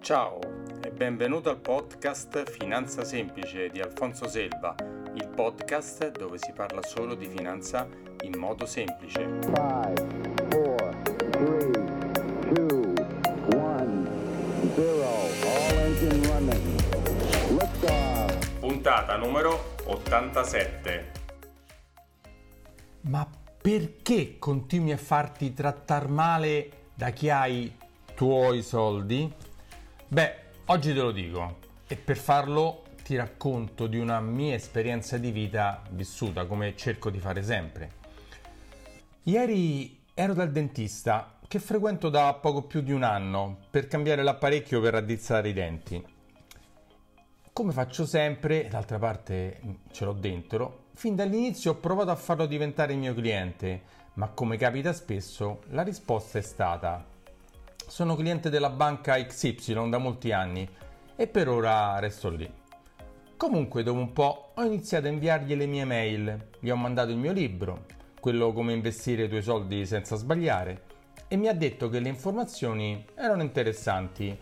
Ciao e benvenuto al podcast Finanza Semplice di Alfonso Selva, il podcast dove si parla solo di finanza in modo semplice. 5, 4, 3, 2, 1, 0. All engine running. Liftoff. Puntata numero 87. Ma perché continui a farti trattar male da chi ha i tuoi soldi? Beh, oggi te lo dico e per farlo ti racconto di una mia esperienza di vita vissuta, come cerco di fare sempre. Ieri ero dal dentista, che frequento da poco più di un anno, per cambiare l'apparecchio per raddrizzare i denti. Come faccio sempre, d'altra parte ce l'ho dentro, fin dall'inizio ho provato a farlo diventare mio cliente, ma come capita spesso, la risposta è stata: sono cliente della banca XY da molti anni e per ora resto lì. Comunque dopo un po' ho iniziato a inviargli le mie mail, gli ho mandato il mio libro, quello come investire i tuoi soldi senza sbagliare, e mi ha detto che le informazioni erano interessanti,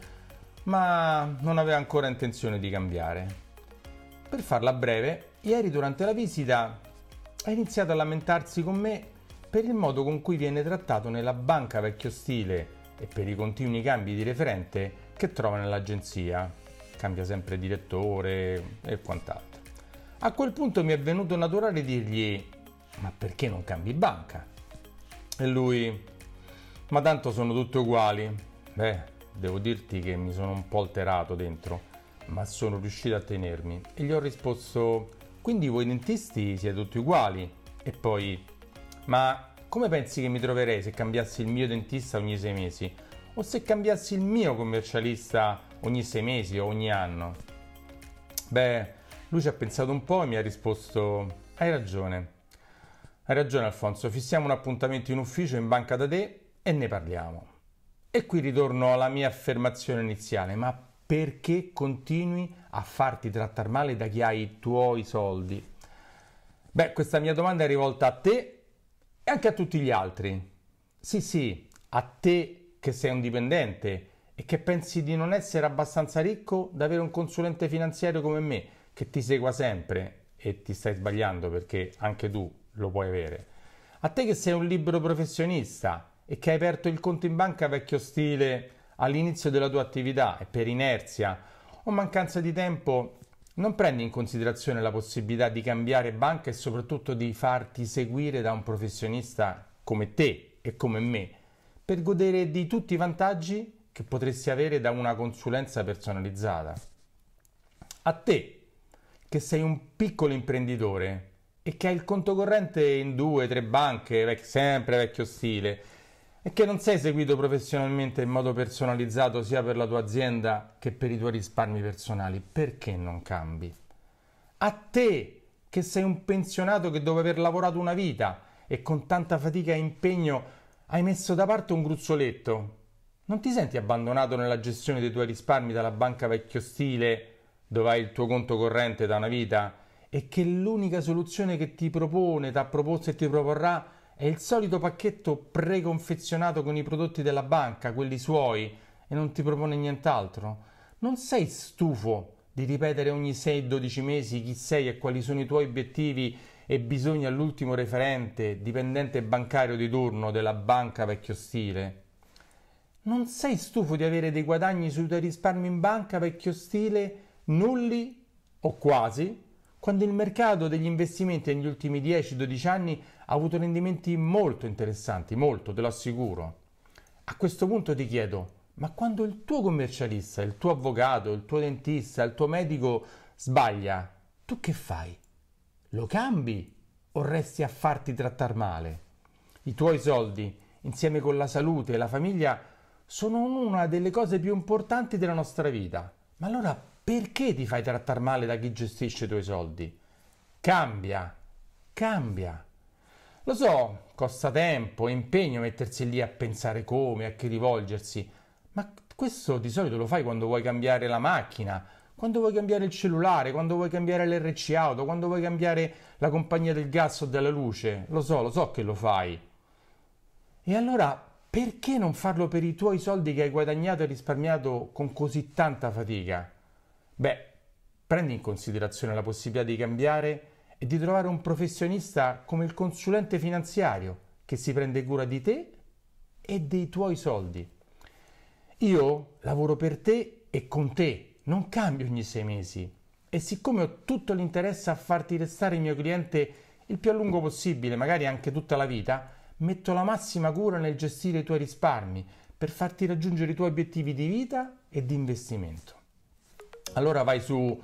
ma non aveva ancora intenzione di cambiare. Per farla breve, ieri durante la visita ha iniziato a lamentarsi con me per il modo con cui viene trattato nella banca vecchio stile e per i continui cambi di referente che trova nell'agenzia. Cambia sempre direttore e quant'altro. A quel punto mi è venuto naturale dirgli: ma perché non cambi banca? E lui: ma tanto sono tutte uguali. Beh, devo dirti che mi sono un po' alterato dentro, ma sono riuscito a tenermi e gli ho risposto: quindi voi dentisti siete tutti uguali? E poi: ma come pensi che mi troverei se cambiassi il mio dentista ogni 6 mesi? O se cambiassi il mio commercialista ogni 6 mesi o ogni anno? Beh, lui ci ha pensato un po' e mi ha risposto: hai ragione Alfonso, fissiamo un appuntamento in ufficio in banca da te e ne parliamo. E qui ritorno alla mia affermazione iniziale: ma perché continui a farti trattare male da chi ha i tuoi soldi? Beh, questa mia domanda è rivolta a te e anche a tutti gli altri. Sì, a te che sei un dipendente e che pensi di non essere abbastanza ricco da avere un consulente finanziario come me, che ti segua sempre, e ti stai sbagliando perché anche tu lo puoi avere. A te che sei un libero professionista e che hai aperto il conto in banca vecchio stile all'inizio della tua attività e per inerzia o mancanza di tempo non prendi in considerazione la possibilità di cambiare banca e soprattutto di farti seguire da un professionista come te e come me per godere di tutti i vantaggi che potresti avere da una consulenza personalizzata. A te che sei un piccolo imprenditore e che hai il conto corrente in 2-3 banche, sempre vecchio stile, e che non sei seguito professionalmente in modo personalizzato sia per la tua azienda che per i tuoi risparmi personali, perché non cambi? A te che sei un pensionato che dopo aver lavorato una vita e con tanta fatica e impegno hai messo da parte un gruzzoletto, non ti senti abbandonato nella gestione dei tuoi risparmi dalla banca vecchio stile dove hai il tuo conto corrente da una vita e che l'unica soluzione che ti propone, ti ha proposto e ti proporrà è il solito pacchetto preconfezionato con i prodotti della banca, quelli suoi, e non ti propone nient'altro? Non sei stufo di ripetere ogni 6-12 mesi chi sei e quali sono i tuoi obiettivi e bisogni all'ultimo referente, dipendente bancario di turno della banca vecchio stile? Non sei stufo di avere dei guadagni sui tuoi risparmi in banca vecchio stile nulli o quasi, quando il mercato degli investimenti negli ultimi 10-12 anni ha avuto rendimenti molto interessanti, molto, te lo assicuro. A questo punto ti chiedo: ma quando il tuo commercialista, il tuo avvocato, il tuo dentista, il tuo medico sbaglia, tu che fai? Lo cambi o resti a farti trattar male? I tuoi soldi, insieme con la salute e la famiglia, sono una delle cose più importanti della nostra vita. Ma allora perché ti fai trattar male da chi gestisce i tuoi soldi? Cambia. Lo so, costa tempo e impegno mettersi lì a pensare come, a chi rivolgersi, ma questo di solito lo fai quando vuoi cambiare la macchina, quando vuoi cambiare il cellulare, quando vuoi cambiare l'RC auto, quando vuoi cambiare la compagnia del gas o della luce. Lo so che lo fai. E allora perché non farlo per i tuoi soldi che hai guadagnato e risparmiato con così tanta fatica? Beh, prendi in considerazione la possibilità di cambiare e di trovare un professionista come il consulente finanziario che si prende cura di te e dei tuoi soldi. Io lavoro per te e con te, non cambio ogni 6 mesi e siccome ho tutto l'interesse a farti restare mio cliente il più a lungo possibile, magari anche tutta la vita, metto la massima cura nel gestire i tuoi risparmi per farti raggiungere i tuoi obiettivi di vita e di investimento. Allora vai su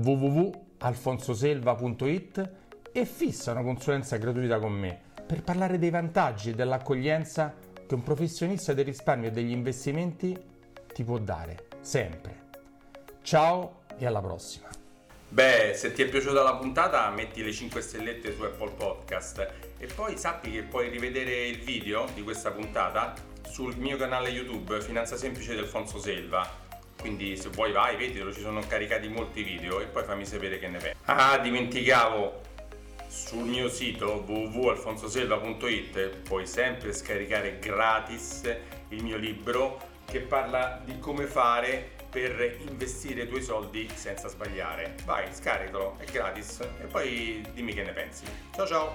www.alfonsoselva.it e fissa una consulenza gratuita con me per parlare dei vantaggi e dell'accoglienza che un professionista del risparmio e degli investimenti ti può dare, sempre. Ciao e alla prossima! Beh, se ti è piaciuta la puntata metti le 5 stellette su Apple Podcast e poi sappi che puoi rivedere il video di questa puntata sul mio canale YouTube Finanza Semplice di Alfonso Selva. Quindi se vuoi vai, vedilo, ci sono caricati molti video e poi fammi sapere che ne pensi. Ah, dimenticavo, sul mio sito www.alfonsoselva.it puoi sempre scaricare gratis il mio libro che parla di come fare per investire i tuoi soldi senza sbagliare. Vai, scaricalo, è gratis e poi dimmi che ne pensi. Ciao ciao!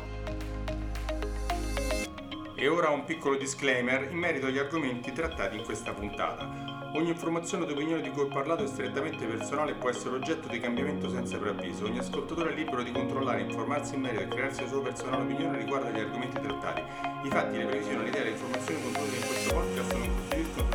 E ora un piccolo disclaimer in merito agli argomenti trattati in questa puntata. Ogni informazione o opinione di cui ho parlato è strettamente personale e può essere oggetto di cambiamento senza preavviso. Ogni ascoltatore è libero di controllare, informarsi in merito e crearsi la sua personale opinione riguardo agli argomenti trattati. I fatti, le previsioni, le idee e le informazioni contenute in questo podcast non costituiscono